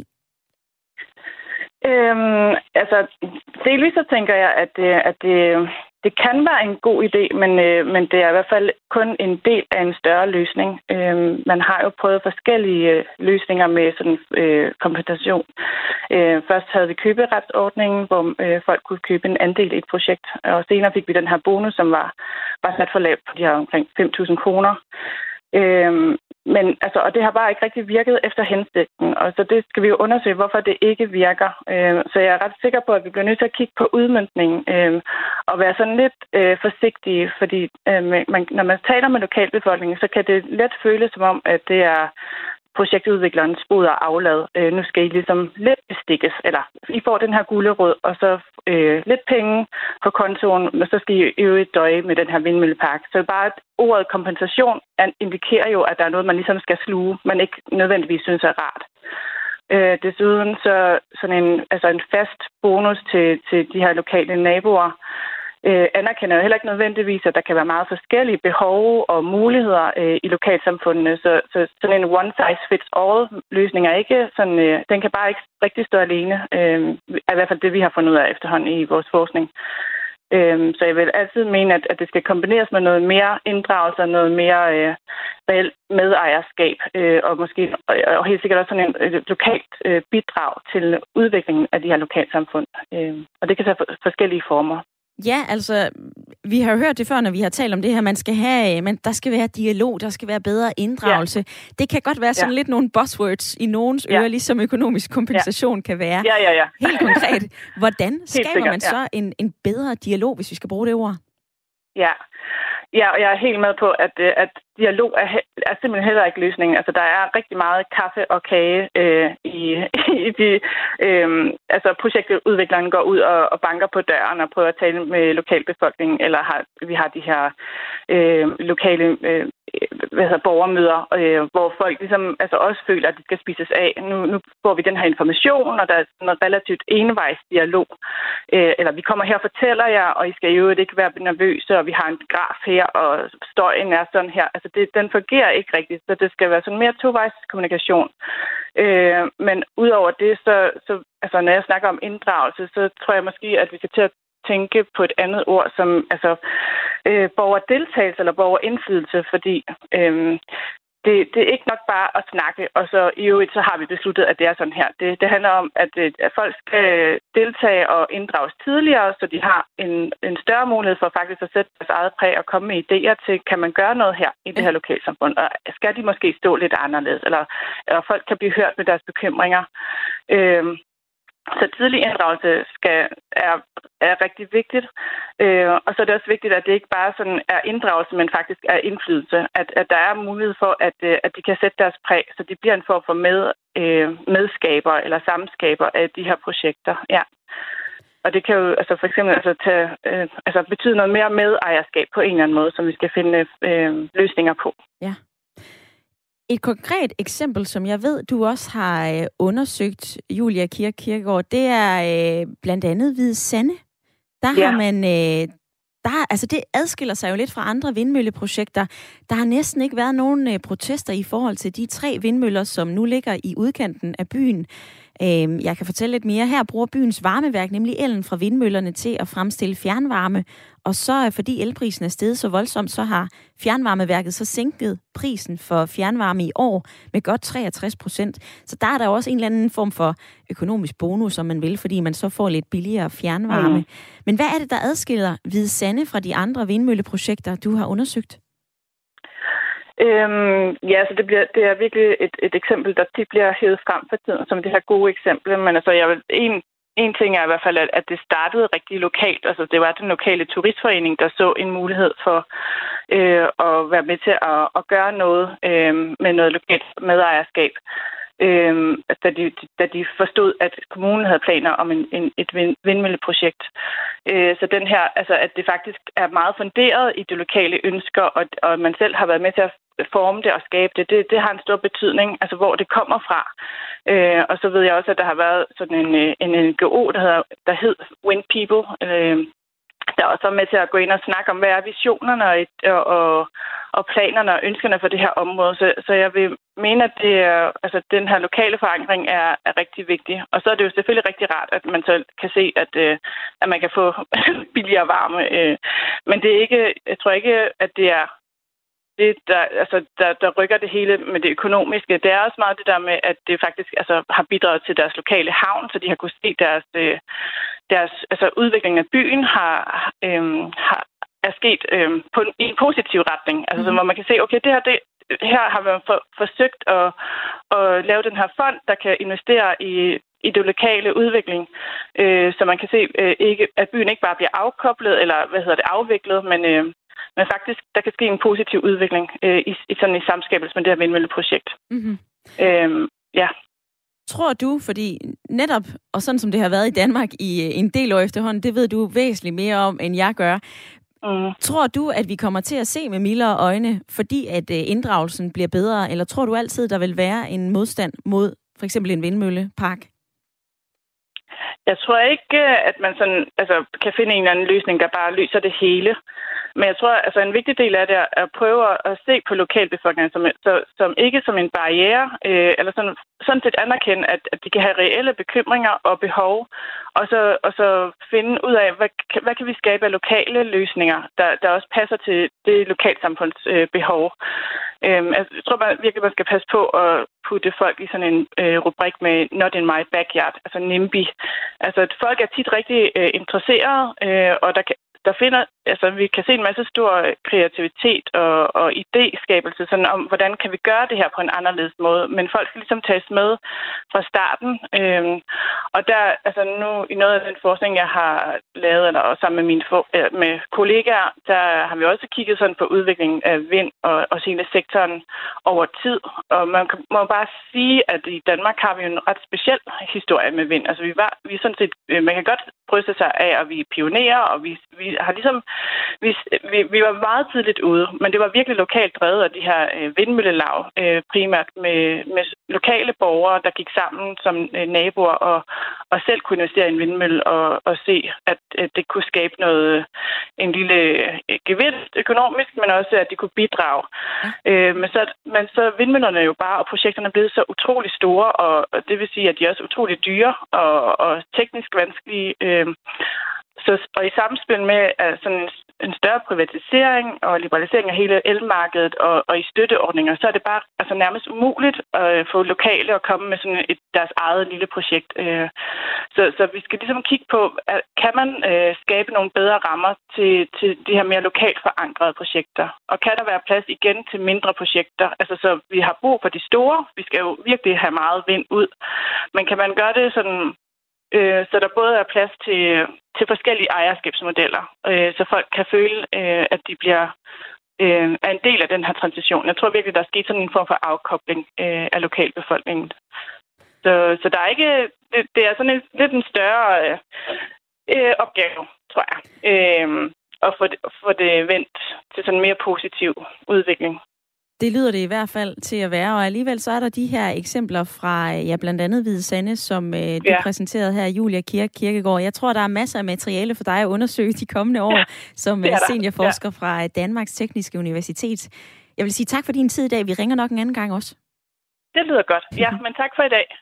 Delvis så tænker jeg, at det kan være en god idé, men det er i hvert fald kun en del af en større løsning. Man har jo prøvet forskellige løsninger med sådan kompensation. Først havde vi køberetsordningen, hvor folk kunne købe en andel i et projekt, og senere fik vi den her bonus, som var sat for lavt på de her omkring 5.000 kroner. Men og det har bare ikke rigtig virket efter hensigten, og så det skal vi jo undersøge, hvorfor det ikke virker. Så jeg er ret sikker på, at vi bliver nødt til at kigge på udmøntningen og være sådan lidt forsigtige, fordi når man taler med lokalbefolkningen, så kan det let føles som om, at det er projektudviklerens bod og aflad. Nu skal I ligesom lidt bestikkes, eller I får den her gulerod, og så lidt penge på kontoen, og så skal I øvrigt døje med den her vindmøllepark. Så bare ordet kompensation indikerer jo, at der er noget, man ligesom skal sluge, man ikke nødvendigvis synes er rart. Desuden så sådan en fast bonus til de her lokale naboer, anerkender jo heller ikke nødvendigvis, at der kan være meget forskellige behov og muligheder i lokalsamfundene. Så sådan en one-size-fits-all-løsning er ikke sådan, den kan bare ikke rigtig stå alene. Er i hvert fald det, vi har fundet ud af efterhånden i vores forskning. Så jeg vil altid mene, at det skal kombineres med noget mere inddragelse og noget mere reelt medejerskab, og måske og helt sikkert også sådan et lokalt bidrag til udviklingen af de her lokalsamfund. Og det kan tage forskellige former. Ja, altså, vi har hørt det før, når vi har talt om det her, der skal være dialog, der skal være bedre inddragelse. Ja. Det kan godt være sådan lidt nogle buzzwords i nogens ører, ligesom økonomisk kompensation kan være. Ja. Helt konkret, hvordan skaber man så en bedre dialog, hvis vi skal bruge det ord? Ja, og jeg er helt med på, at dialog er simpelthen heller ikke løsningen. Altså, der er rigtig meget kaffe og kage i de... projektudvikleren går ud og banker på døren og prøver at tale med lokalbefolkningen, eller vi har de her lokale borgermøder, hvor folk ligesom altså også føler, at de skal spises af. Nu får vi den her information, og der er sådan en relativt envejsdialog. Eller vi kommer her og fortæller jer, og I skal jo ikke være nervøse, og vi har en graf her, og støjen er sådan her. Altså den fungerer ikke rigtigt, så det skal være sådan mere tovejskommunikation. Men udover det, så altså, når jeg snakker om inddragelse, så tror jeg måske, at vi skal til at tænke på et andet ord, som altså borgerdeltagelse eller borgerindflydelse, fordi det er ikke nok bare at snakke, og så i øvrigt så har vi besluttet, at det er sådan her. Det handler om, at folk skal deltage og inddrages tidligere, så de har en større mulighed for faktisk at sætte deres eget præg og komme med idéer til, kan man gøre noget her i det her lokalsamfund, og skal de måske stå lidt anderledes, eller folk kan blive hørt med deres bekymringer. Så tidlig inddragelse er rigtig vigtigt. Og så er det også vigtigt, at det ikke bare sådan er inddragelse, men faktisk er indflydelse. At der er mulighed for, at de kan sætte deres præg, så de bliver en form for medskaber eller samskaber af de her projekter. Ja. Og det kan jo altså for eksempel betyde noget mere medejerskab på en eller anden måde, som vi skal finde løsninger på. Ja. Et konkret eksempel, som jeg ved, du også har undersøgt, Julia Kirkegaard, det er blandt andet Hvide Sande. Der har man... det adskiller sig jo lidt fra andre vindmølleprojekter. Der har næsten ikke været nogen protester i forhold til de 3 vindmøller, som nu ligger i udkanten af byen. Jeg kan fortælle lidt mere. Her bruger byens varmeværk nemlig ellen fra vindmøllerne til at fremstille fjernvarme. Og så fordi elprisen er steget så voldsomt, så har fjernvarmeværket så sænket prisen for fjernvarme i år med godt 63%. Så der er der også en eller anden form for økonomisk bonus, om man vil, fordi man så får lidt billigere fjernvarme. Men hvad er det, der adskiller Hvide Sande fra de andre vindmølleprojekter, du har undersøgt? Så det er virkelig et eksempel, der tit bliver hævet frem for tiden, som det her gode eksempel. Men altså, en ting er i hvert fald, at det startede rigtig lokalt. Altså, det var den lokale turistforening, der så en mulighed for at være med til at gøre noget med noget lokalt medejerskab. Da de forstod, at kommunen havde planer om et vindmølleprojekt. Så den her, altså at det faktisk er meget funderet i de lokale ønsker, og man selv har været med til at forme det og skabe det har en stor betydning, altså hvor det kommer fra. Og så ved jeg også, at der har været sådan en NGO, der hed Wind People, der også er med til at gå ind og snakke om, hvad er visionerne og planerne og ønskerne for det her område. Så jeg vil mene, at den her lokale forankring er rigtig vigtig. Og så er det jo selvfølgelig rigtig rart, at man så kan se, at man kan få billigere varme. Men det er ikke, jeg tror ikke, at det er det, der rykker det hele med det økonomiske. Det er også meget det der med, at det faktisk har bidraget til deres lokale havn, så de har kunnet se deres udvikling af byen er sket i en positiv retning. Altså, så hvor man kan se, okay, her har man forsøgt at lave den her fond, der kan investere i det lokale udvikling, så man kan se, at byen ikke bare bliver afkoblet eller afviklet, men faktisk, der kan ske en positiv udvikling i samskabelse med det her vindmølleprojekt. Mm-hmm. Tror du, fordi netop, og sådan som det har været i Danmark i en del år efterhånden, det ved du væsentligt mere om, end jeg gør. Tror du, at vi kommer til at se med mildere øjne, fordi at inddragelsen bliver bedre, eller tror du altid, der vil være en modstand mod for eksempel en vindmøllepark? Jeg tror ikke, at man kan finde en eller anden løsning, der bare løser det hele. Men jeg tror, en vigtig del af det er at prøve at se på lokalbefolkningen som ikke som en barriere, eller sådan set anerkende, at de kan have reelle bekymringer og behov, og så finde ud af, hvad kan vi skabe af lokale løsninger, der også passer til det lokalsamfunds behov. Jeg tror virkelig, man skal passe på at putte folk i sådan en rubrik med not in my backyard, altså NIMBY. Altså, folk er tit rigtig interesserede, og vi kan se en masse stor kreativitet og idéskabelse sådan om, hvordan kan vi gøre det her på en anderledes måde. Men folk skal ligesom tages med fra starten. Og der, nu i noget af den forskning, jeg har lavet, eller også sammen med kollegaer, der har vi også kigget sådan på udviklingen af vind og hele sektoren over tid. Og man må bare sige, at i Danmark har vi en ret speciel historie med vind. Altså vi er sådan set, man kan godt bryste sig af, at vi er pionerer, og vi har ligesom vi var meget tidligt ude, men det var virkelig lokalt drevet af de her vindmøllelav, primært med lokale borgere, der gik sammen som naboer og selv kunne investere i en vindmølle og se, at det kunne skabe en lille gevinst økonomisk, men også, at de kunne bidrage. Men så vindmøllerne jo bare, og projekterne er blevet så utrolig store, og det vil sige, at de er også utrolig dyre og teknisk vanskelige. Og i samspil med sådan en større privatisering og liberalisering af hele elmarkedet og i støtteordninger, så er det bare nærmest umuligt at få lokale at komme med sådan deres eget lille projekt. Så vi skal ligesom kigge på, kan man skabe nogle bedre rammer til de her mere lokalt forankrede projekter? Og kan der være plads igen til mindre projekter? Så vi har brug for de store. Vi skal jo virkelig have meget vind ud. Men kan man gøre det sådan, så der både er plads til forskellige ejerskabsmodeller, så folk kan føle, at de bliver er en del af den her transition. Jeg tror virkelig, der er sket sådan en form for afkobling af lokalbefolkningen. Så der er ikke... Det er sådan lidt en større opgave, tror jeg, at få det vendt til sådan en mere positiv udvikling. Det lyder det i hvert fald til at være, og alligevel så er der de her eksempler fra blandt andet Hvide Sande, som du præsenterede her, Julia Kirkegaard. Jeg tror, der er masser af materiale for dig at undersøge de kommende år som seniorforsker fra Danmarks Tekniske Universitet. Jeg vil sige tak for din tid i dag. Vi ringer nok en anden gang også. Det lyder godt. Ja, men tak for i dag.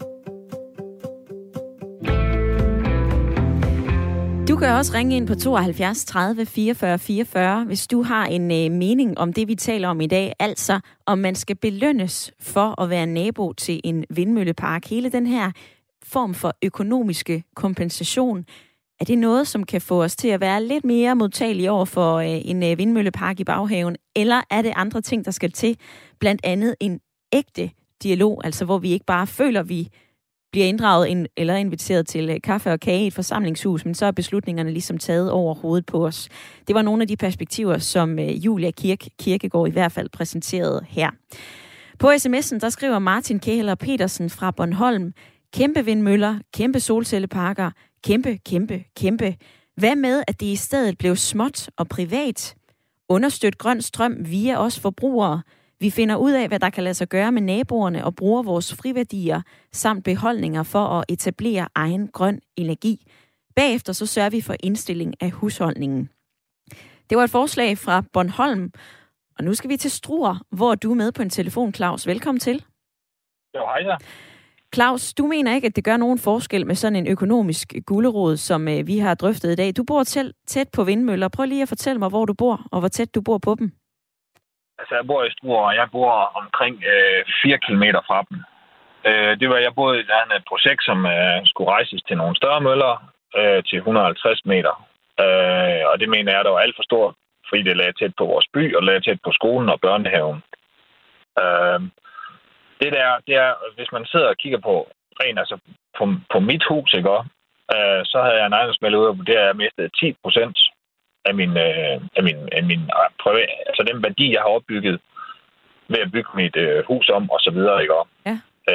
Du kan også ringe ind på 72 30 44 44, hvis du har en mening om det, vi taler om i dag. Altså, om man skal belønnes for at være nabo til en vindmøllepark. Hele den her form for økonomiske kompensation, er det noget, som kan få os til at være lidt mere modtagelige over for en vindmøllepark i baghaven? Eller er det andre ting, der skal til? Blandt andet en ægte dialog, altså hvor vi ikke bare føler, vi bliver inddraget eller inviteret til kaffe og kage i et forsamlingshus, men så er beslutningerne ligesom taget over hovedet på os. Det var nogle af de perspektiver, som Julia Kirkegaard i hvert fald præsenterede her. På sms'en, der skriver Martin Kehler Petersen fra Bornholm: kæmpe vindmøller, kæmpe solcelleparker, kæmpe. Hvad med, at det i stedet blev småt og privat? Understøt grøn strøm via os forbrugere. Vi finder ud af, hvad der kan lade sig gøre med naboerne og bruger vores friværdier samt beholdninger for at etablere egen grøn energi. Bagefter så sørger vi for indstilling af husholdningen. Det var et forslag fra Bornholm, og nu skal vi til Struer, hvor du er med på en telefon, Claus. Velkommen til. Jo, hej så. Claus, du mener ikke, at det gør nogen forskel med sådan en økonomisk gulerod, som vi har drøftet i dag. Du bor tæt på vindmøller. Prøv lige at fortælle mig, hvor du bor, og hvor tæt du bor på dem. Altså, jeg bor i Struer, og jeg bor omkring 4 kilometer fra dem. Jeg boede i et projekt, som skulle rejses til nogle større møller til 150 meter. Og det mener jeg, der var alt for stort, fordi det lagde tæt på vores by, og lagde tæt på skolen og børnehaven. Det er, hvis man sidder og kigger på rent, altså på mit hus, ikke, så havde jeg en ejendomsmæld ude, og det er, at jeg mistede 10% af min privat, altså den værdi, jeg har opbygget ved at bygge mit hus om, og så videre, ikke? Ja.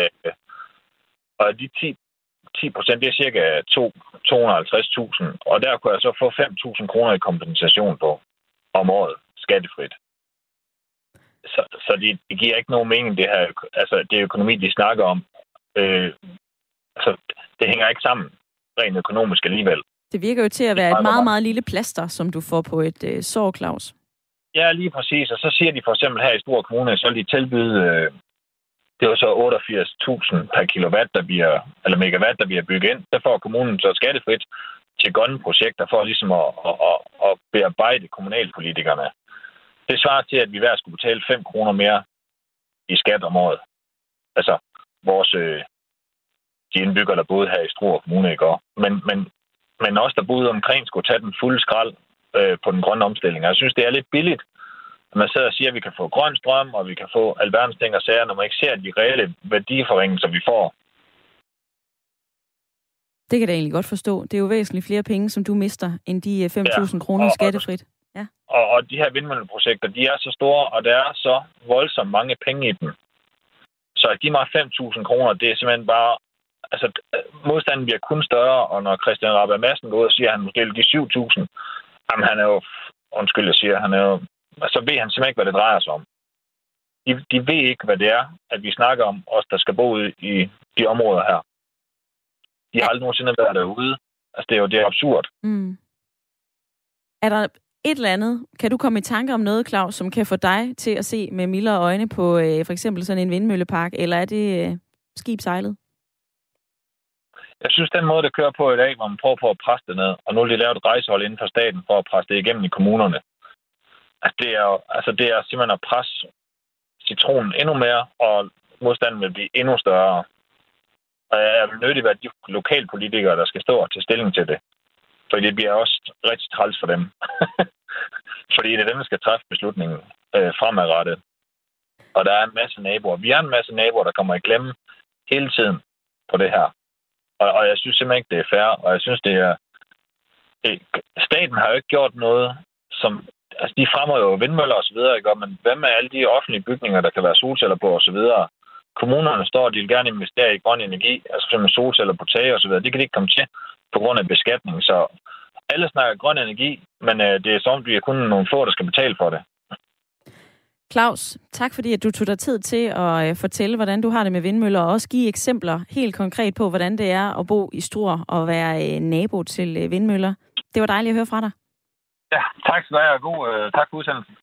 Og de 10%, det er cirka 250.000, og der kunne jeg så få 5.000 kroner i kompensation på om året, skattefrit. Så det giver ikke nogen mening, det her, altså det økonomi, de snakker om. Altså, det hænger ikke sammen, rent økonomisk alligevel. Det virker jo til at være et meget, meget lille plaster, som du får på et sår, Claus. Ja, lige præcis. Og så siger de for eksempel her i Struer Kommune, så vil de tilbyde, det var så 88.000 per kilowatt, eller megawatt, der bliver bygget ind. Der får kommunen så skattefrit til grønne projekter for ligesom at bearbejde kommunalpolitikerne. Det svarer til, at vi hver skulle betale 5 kroner mere i skat om året. Altså, de indbyggere, der boede her i Struer Kommune i går. Men også der boede omkring, skulle tage den fulde skrald på den grønne omstilling. Jeg synes, det er lidt billigt, at man sidder og siger, at vi kan få grøn strøm, og vi kan få alverdens ting og sager, når man ikke ser de reelle værdiforringelser, vi får. Det kan jeg egentlig godt forstå. Det er jo væsentligt flere penge, som du mister, end de 5.000 kroner skattefrit. Ja. Og de her vindmølleprojekter, de er så store, og der er så voldsomt mange penge i dem. Så at give mig 5.000 kroner, det er simpelthen bare... Altså, modstanden bliver kun større, og når Christian Rabjerg Madsen går ud og siger, at han måske vil give 7.000, Jamen, han er jo... Undskyld, jeg siger. Han er jo... Så ved han simpelthen ikke, hvad det drejer sig om. De ved ikke, hvad det er, at vi snakker om os, der skal bo ude i de områder her. De har aldrig nogensinde været derude. Altså, det er absurd. Mm. Er der et eller andet, kan du komme i tanke om noget, Claus, som kan få dig til at se med mildere øjne på for eksempel sådan en vindmøllepark, eller er det skib sejlet? Jeg synes, den måde, det kører på i dag, hvor man prøver på at presse det ned, og nu har de lavet et rejsehold inden for staten for at presse det igennem i kommunerne. Det er simpelthen at presse citronen endnu mere, og modstanden vil blive endnu større. Og jeg vil nødigt være de lokalpolitikere, der skal stå og tage stilling til det. For det bliver også rigtig træls for dem. Fordi det er dem, der skal træffe beslutningen fremadrettet. Og der er en masse naboer. Vi har en masse naboer, der kommer i klemme hele tiden på det her. Og jeg synes simpelthen ikke, det er fair. Og jeg synes, det er... Staten har jo ikke gjort noget, som... Altså, de fremmer jo vindmøller og så videre, ikke? Men hvad med alle de offentlige bygninger, der kan være solceller på og så videre? Kommunerne står, og de vil gerne investere i grøn energi, altså for eksempel solceller på tage og så videre. Det kan de ikke komme til på grund af beskatning. Så alle snakker grøn energi, men det er som, vi er kun nogle få, der skal betale for det. Claus, tak fordi at du tog dig tid til at fortælle, hvordan du har det med vindmøller, og også give eksempler helt konkret på, hvordan det er at bo i Struer og være nabo til vindmøller. Det var dejligt at høre fra dig. Ja, tak skal du have, og god tak for udsendelsen.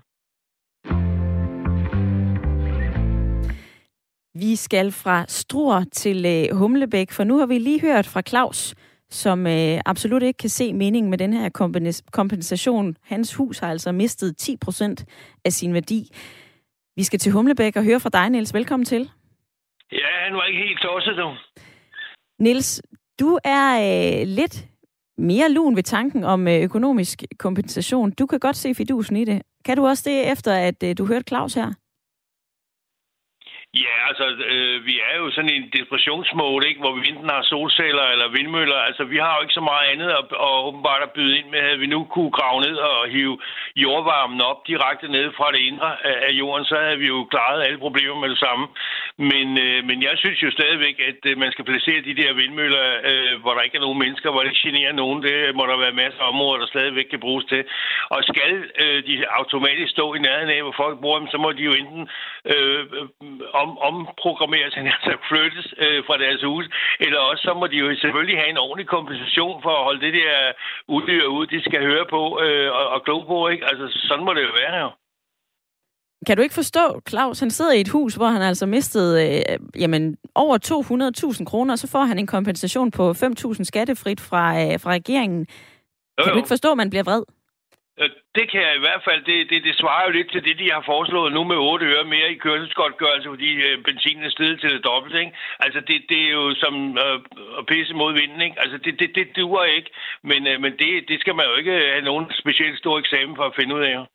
Vi skal fra Struer til Humlebæk, for nu har vi lige hørt fra Claus, som absolut ikke kan se meningen med den her kompensation. Hans hus har altså mistet 10% af sin værdi. Vi skal til Humlebæk og høre fra dig, Niels. Velkommen til. Ja, han var ikke helt tosset, du. Niels, du er lidt mere lun ved tanken om økonomisk kompensation. Du kan godt se fidusen i det. Kan du også det, efter at du hørte Claus her? Ja, altså, vi er jo sådan en desperationsmode, ikke, hvor vi enten har solceller eller vindmøller. Altså, vi har jo ikke så meget andet at åbenbart at byde ind med. Havde vi nu kunne grave ned og hive jordvarmen op direkte ned fra det indre af jorden, så havde vi jo klaret alle problemer med det samme. Men jeg synes jo stadigvæk, at man skal placere de der vindmøller, hvor der ikke er nogen mennesker, hvor det ikke generer nogen. Det må der være masser af områder, der stadigvæk kan bruges til. Og skal de automatisk stå i nærheden af, hvor folk bor, så må de jo enten omprogrammeres, altså flyttes fra deres hus, eller også så må de jo selvfølgelig have en ordentlig kompensation for at holde det der uddyr ud, de skal høre på og glo på, ikke? Altså, sådan må det jo være, jo. Kan du ikke forstå, Claus, han sidder i et hus, hvor han altså mistede over 200.000 kroner, og så får han en kompensation på 5.000 skattefrit fra regeringen. Kan du ikke forstå, at man bliver vred? Det kan jeg i hvert fald. Det svarer jo lidt til det, de har foreslået nu med 8 øre mere i kørselsgodtgørelse, fordi benzinen er steget til det dobbelte, ikke? Altså, det er jo som at pisse mod vinden, ikke? Altså, det duer ikke. Men det skal man jo ikke have nogen specielt stor eksamen for at finde ud af.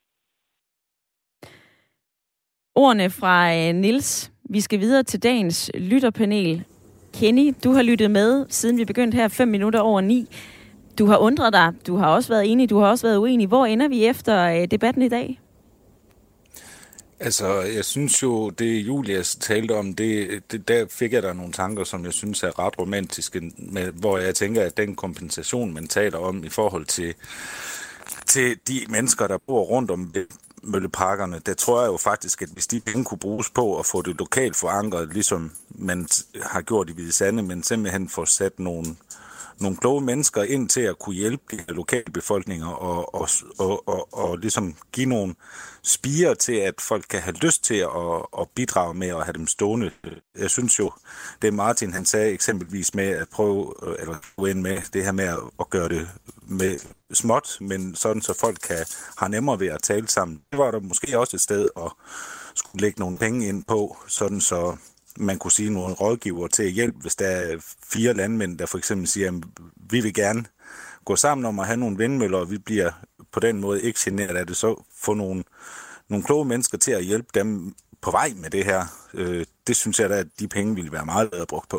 Ordene fra Niels. Vi skal videre til dagens lytterpanel. Kenny, du har lyttet med, siden vi begyndte her 5:05. Du har undret dig, du har også været enig, du har også været uenig. Hvor ender vi efter debatten i dag? Altså, jeg synes jo, det Julia talte om, der fik jeg der nogle tanker, som jeg synes er ret romantiske, hvor jeg tænker, at den kompensation, man taler om i forhold til de mennesker, der bor rundt om mølleparkerne, der tror jeg jo faktisk, at hvis de penge kunne bruges på at få det lokalt forankret, ligesom man har gjort i Hvide Sande, men simpelthen få sat nogle kloge mennesker ind til at kunne hjælpe de lokale befolkninger og ligesom give nogle spirer til, at folk kan have lyst til at bidrage med at have dem stående. Jeg synes jo, det Martin han sagde eksempelvis med at prøve, eller gå ind med det her med at gøre det med småt, men sådan så folk har nemmere ved at tale sammen. Det var der måske også et sted at skulle lægge nogle penge ind på, sådan så man kunne sige nogle rådgivere til at hjælpe, hvis der er 4 landmænd, der for eksempel siger, at vi vil gerne gå sammen om at have nogle vindmøller, og vi bliver på den måde ikke generet af det, så få nogle kloge mennesker til at hjælpe dem på vej med det her. Det synes jeg da, at de penge ville være meget bedre brugt på.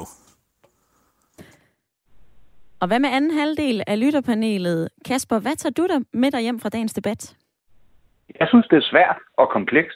Og hvad med anden halvdel af lytterpanelet? Kasper, hvad tager du der med dig hjem fra dagens debat? Jeg synes, det er svært og komplekst.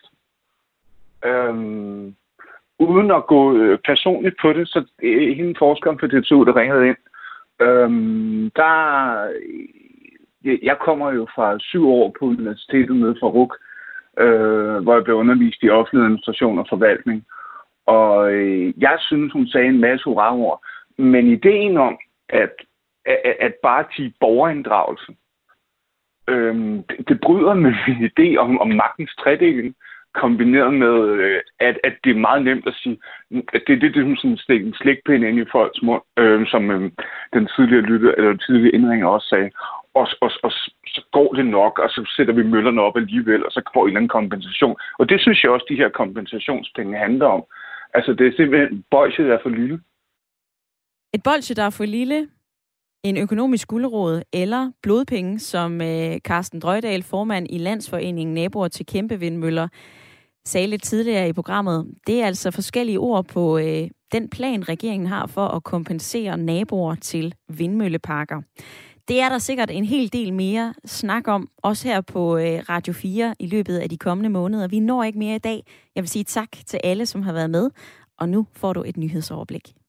Uden at gå personligt på det, så hende forskeren for DTU, der ringede ind, jeg kommer jo fra 7 år på universitetet nede fra RUC, hvor jeg blev undervist i offentlig administration og forvaltning. Og jeg synes, hun sagde en masse hurraord. Men ideen om, at bare til borgerinddragelse, det bryder med min idé om magtens tredeling, kombineret med, at det er meget nemt at sige, at det er sådan en stikke en slikpind ind i folks mund, som den tidligere indringer også sagde. Og så går det nok, og så sætter vi møllerne op alligevel, og så får en eller anden kompensation. Og det synes jeg også, de her kompensationspenge handler om. Altså, det er simpelthen bolsje, der er for lille. Et bolsje, der er for lille, en økonomisk gulerod eller blodpenge, som Carsten Drøjdal, formand i Landsforeningen Naboer til Kæmpevindmøller, sagde lidt tidligere i programmet. Det er altså forskellige ord på den plan, regeringen har for at kompensere naboer til vindmølleparker. Det er der sikkert en hel del mere snak om, også her på Radio 4 i løbet af de kommende måneder. Vi når ikke mere i dag. Jeg vil sige tak til alle, som har været med, og nu får du et nyhedsoverblik.